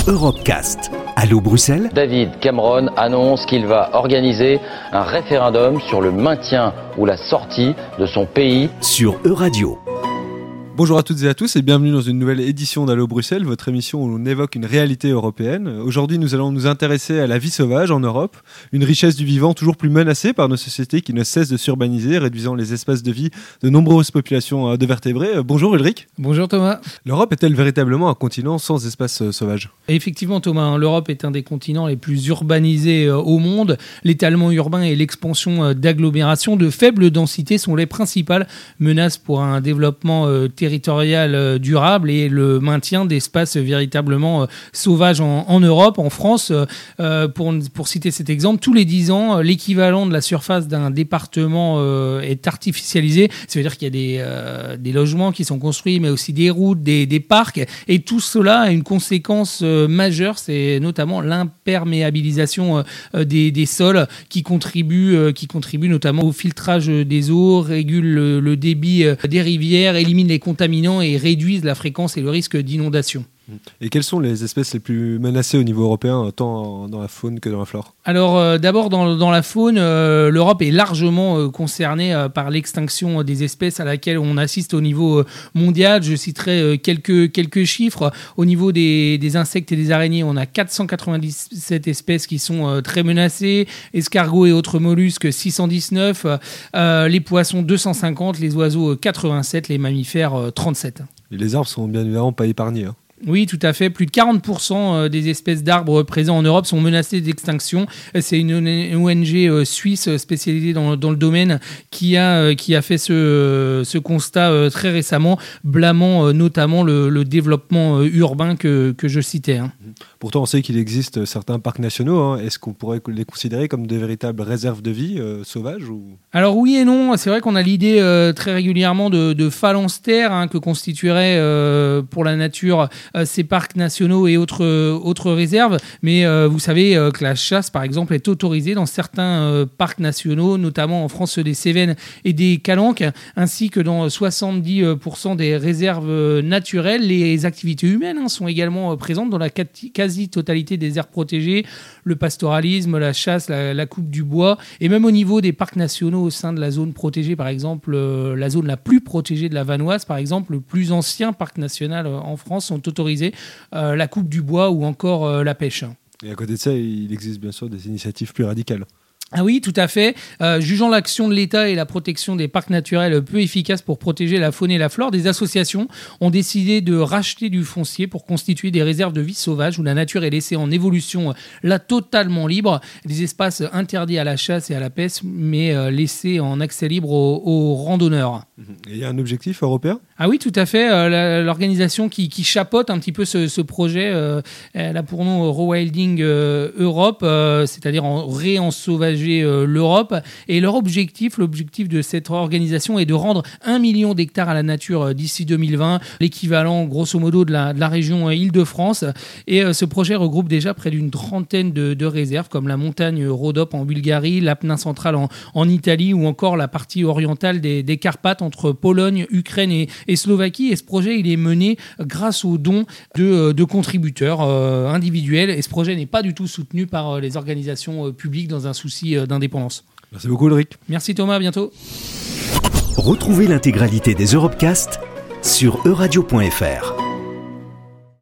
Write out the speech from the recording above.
Europecast. Allô Bruxelles ? David Cameron annonce qu'il va organiser un référendum sur le maintien ou la sortie de son pays sur Euradio. Bonjour à toutes et à tous et bienvenue dans une nouvelle édition d'Allô Bruxelles, votre émission où l'on évoque une réalité européenne. Aujourd'hui, nous allons nous intéresser à la vie sauvage en Europe, une richesse du vivant toujours plus menacée par nos sociétés qui ne cessent de s'urbaniser, réduisant les espaces de vie de nombreuses populations de vertébrés. Bonjour Ulrich. Bonjour Thomas. L'Europe est-elle véritablement un continent sans espace sauvage ? Effectivement Thomas, l'Europe est un des continents les plus urbanisés au monde. L'étalement urbain et l'expansion d'agglomérations de faible densité sont les principales menaces pour un développement territorial durable et le maintien d'espaces véritablement sauvages en Europe. En France, pour citer cet exemple, tous les 10 ans, l'équivalent de la surface d'un département est artificialisé. Ça veut dire qu'il y a des logements qui sont construits, mais aussi des routes, des parcs. Et tout cela a une conséquence majeure, c'est notamment l'imperméabilisation des sols qui contribue notamment au filtrage des eaux, régule le débit des rivières, élimine les contaminants et réduisent la fréquence et le risque d'inondation. Et quelles sont les espèces les plus menacées au niveau européen, tant dans la faune que dans la flore ? Alors d'abord dans la faune, l'Europe est largement concernée par l'extinction des espèces à laquelle on assiste au niveau mondial. Je citerai quelques chiffres. Au niveau des insectes et des araignées, on a 497 espèces qui sont très menacées. Escargots et autres mollusques, 619. Les poissons, 250. Les oiseaux, 87. Les mammifères, 37. Et les arbres sont bien évidemment pas épargnés. Oui, tout à fait. Plus de 40% des espèces d'arbres présents en Europe sont menacées d'extinction. C'est une ONG suisse spécialisée dans le domaine qui a fait ce constat très récemment, blâmant notamment le développement urbain que je citais. Pourtant, on sait qu'il existe certains parcs nationaux. Est-ce qu'on pourrait les considérer comme des véritables réserves de vie sauvages ou... Alors oui et non. C'est vrai qu'on a l'idée très régulièrement de phalanstères que constitueraient pour la nature ces parcs nationaux et autres réserves. Mais vous savez que la chasse, par exemple, est autorisée dans certains parcs nationaux, notamment en France des Cévennes et des Calanques, ainsi que dans 70% des réserves naturelles. Les activités humaines sont également présentes dans la quasi-totalité des aires protégées, le pastoralisme, la chasse, la coupe du bois, et même au niveau des parcs nationaux au sein de la zone protégée, par exemple, la zone la plus protégée de la Vanoise, par exemple, le plus ancien parc national en France, sont autorisés la coupe du bois ou encore la pêche. Et à côté de ça, il existe bien sûr des initiatives plus radicales. Ah oui, tout à fait. Jugeant l'action de l'État et la protection des parcs naturels peu efficaces pour protéger la faune et la flore, des associations ont décidé de racheter du foncier pour constituer des réserves de vie sauvage où la nature est laissée en évolution là totalement libre, des espaces interdits à la chasse et à la pêche, mais laissés en accès libre aux randonneurs. Et il y a un objectif européen ? Ah oui, tout à fait. L'organisation qui chapeaute un petit peu ce projet, elle a pour nom Rewilding Europe, c'est-à-dire réensauvager l'Europe. Et l'objectif de cette organisation est de rendre 1 million d'hectares à la nature d'ici 2020, l'équivalent grosso modo de la région Île-de-France. Et ce projet regroupe déjà près d'une trentaine de réserves, comme la montagne Rhodope en Bulgarie, l'Apennin central en Italie, ou encore la partie orientale des Carpates entre Pologne, Ukraine et Slovaquie. Et ce projet, il est mené grâce aux dons de contributeurs individuels. Et ce projet n'est pas du tout soutenu par les organisations publiques dans un souci d'indépendance. Merci beaucoup Ulrich. Merci Thomas, à bientôt. Retrouvez l'intégralité des Europecast sur euradio.fr.